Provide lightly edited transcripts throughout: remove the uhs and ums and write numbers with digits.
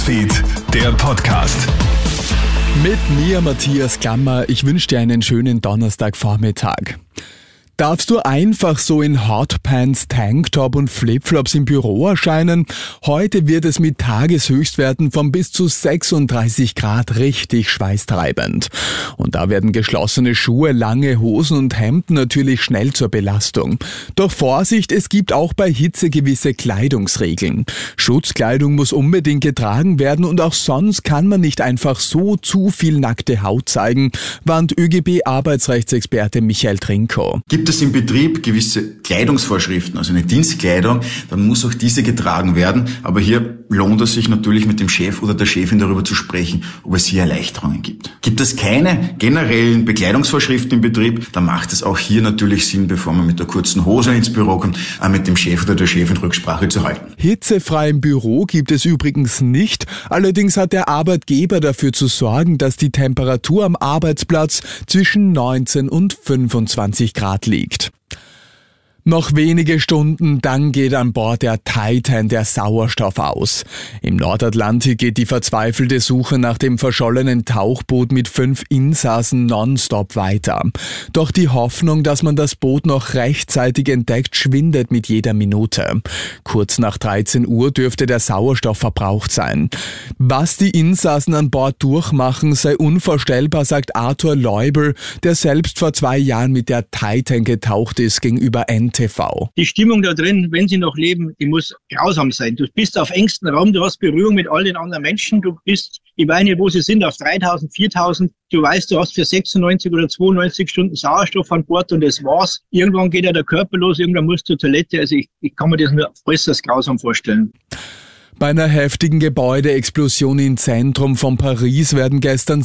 Newsfeed, der Podcast. Mit mir, Matthias Klammer. Ich wünsche dir einen schönen Donnerstagvormittag. Darfst du einfach so in Hotpants, Tanktop und Flipflops im Büro erscheinen? Heute wird es mit Tageshöchstwerten von bis zu 36 Grad richtig schweißtreibend. Und da werden geschlossene Schuhe, lange Hosen und Hemden natürlich schnell zur Belastung. Doch Vorsicht, es gibt auch bei Hitze gewisse Kleidungsregeln. Schutzkleidung muss unbedingt getragen werden und auch sonst kann man nicht einfach so zu viel nackte Haut zeigen, warnt ÖGB-Arbeitsrechtsexperte Michael Trinko. Gibt es im Betrieb gewisse Kleidungsvorschriften, also eine Dienstkleidung, dann muss auch diese getragen werden. Aber hier lohnt es sich natürlich mit dem Chef oder der Chefin darüber zu sprechen, ob es hier Erleichterungen gibt. Gibt es keine generellen Bekleidungsvorschriften im Betrieb, dann macht es auch hier natürlich Sinn, bevor man mit der kurzen Hose ins Büro kommt, mit dem Chef oder der Chefin Rücksprache zu halten. Hitzefrei im Büro gibt es übrigens nicht. Allerdings hat der Arbeitgeber dafür zu sorgen, dass die Temperatur am Arbeitsplatz zwischen 19 und 25 Grad liegt. Noch wenige Stunden, dann geht an Bord der Titan der Sauerstoff aus. Im Nordatlantik geht die verzweifelte Suche nach dem verschollenen Tauchboot mit 5 Insassen nonstop weiter. Doch die Hoffnung, dass man das Boot noch rechtzeitig entdeckt, schwindet mit jeder Minute. Kurz nach 13 Uhr dürfte der Sauerstoff verbraucht sein. Was die Insassen an Bord durchmachen, sei unvorstellbar, sagt Arthur Leubel, der selbst vor 2 Jahren mit der Titan getaucht ist, gegenüber NTV. Die Stimmung da drin, wenn sie noch leben, die muss grausam sein. Du bist auf engstem Raum, du hast Berührung mit all den anderen Menschen, du bist, ich weiß nicht, wo sie sind, auf 3000, 4000. Du weißt, du hast für 96 oder 92 Stunden Sauerstoff an Bord und das war's. Irgendwann geht ja der Körper los, irgendwann musst du zur Toilette. Also ich kann mir das nur äußerst grausam vorstellen. Bei einer heftigen Gebäudeexplosion im Zentrum von Paris werden gestern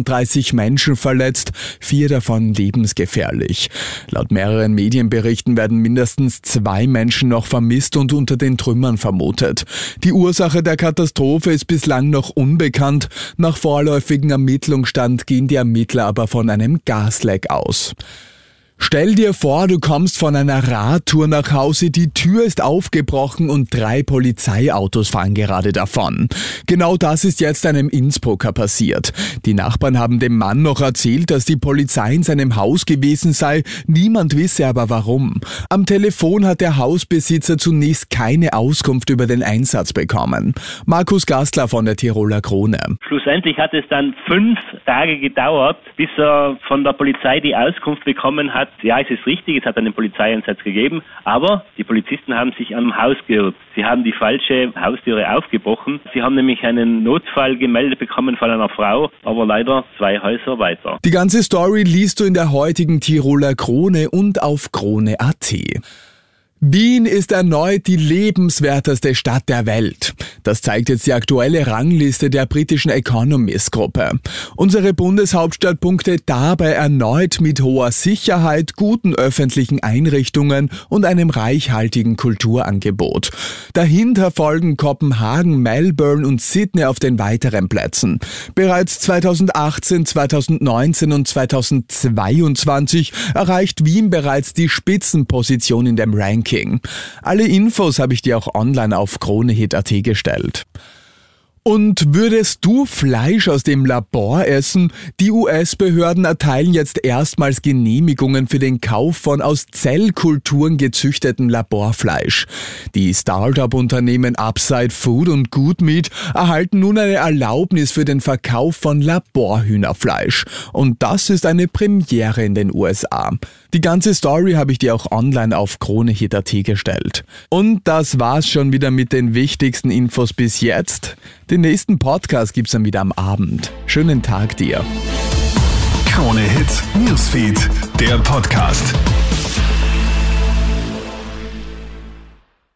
37 Menschen verletzt, 4 davon lebensgefährlich. Laut mehreren Medienberichten werden mindestens 2 Menschen noch vermisst und unter den Trümmern vermutet. Die Ursache der Katastrophe ist bislang noch unbekannt. Nach vorläufigen Ermittlungsstand gehen die Ermittler aber von einem Gasleck aus. Stell dir vor, du kommst von einer Radtour nach Hause, die Tür ist aufgebrochen und 3 Polizeiautos fahren gerade davon. Genau das ist jetzt einem Innsbrucker passiert. Die Nachbarn haben dem Mann noch erzählt, dass die Polizei in seinem Haus gewesen sei, niemand wisse aber warum. Am Telefon hat der Hausbesitzer zunächst keine Auskunft über den Einsatz bekommen. Markus Gastler von der Tiroler Krone. Schlussendlich hat es dann 5 Tage gedauert, bis er von der Polizei die Auskunft bekommen hat. Ja, es ist richtig, es hat einen Polizeieinsatz gegeben, aber die Polizisten haben sich am Haus geirrt. Sie haben die falsche Haustüre aufgebrochen. Sie haben nämlich einen Notfall gemeldet bekommen von einer Frau, aber leider 2 Häuser weiter. Die ganze Story liest du in der heutigen Tiroler Krone und auf krone.at. Wien ist erneut die lebenswerteste Stadt der Welt. Das zeigt jetzt die aktuelle Rangliste der britischen Economist-Gruppe. Unsere Bundeshauptstadt punktet dabei erneut mit hoher Sicherheit, guten öffentlichen Einrichtungen und einem reichhaltigen Kulturangebot. Dahinter folgen Kopenhagen, Melbourne und Sydney auf den weiteren Plätzen. Bereits 2018, 2019 und 2022 erreicht Wien bereits die Spitzenposition in dem Ranking. Alle Infos habe ich dir auch online auf krone.at gestellt. Und würdest du Fleisch aus dem Labor essen? Die US-Behörden erteilen jetzt erstmals Genehmigungen für den Kauf von aus Zellkulturen gezüchtetem Laborfleisch. Die Start-up-Unternehmen Upside Food und Goodmeat erhalten nun eine Erlaubnis für den Verkauf von Laborhühnerfleisch. Und das ist eine Premiere in den USA. Die ganze Story habe ich dir auch online auf krone.at gestellt. Und das war's schon wieder mit den wichtigsten Infos bis jetzt. Den nächsten Podcast gibt's dann wieder am Abend. Schönen Tag dir. Krone Hit Newsfeed, der Podcast.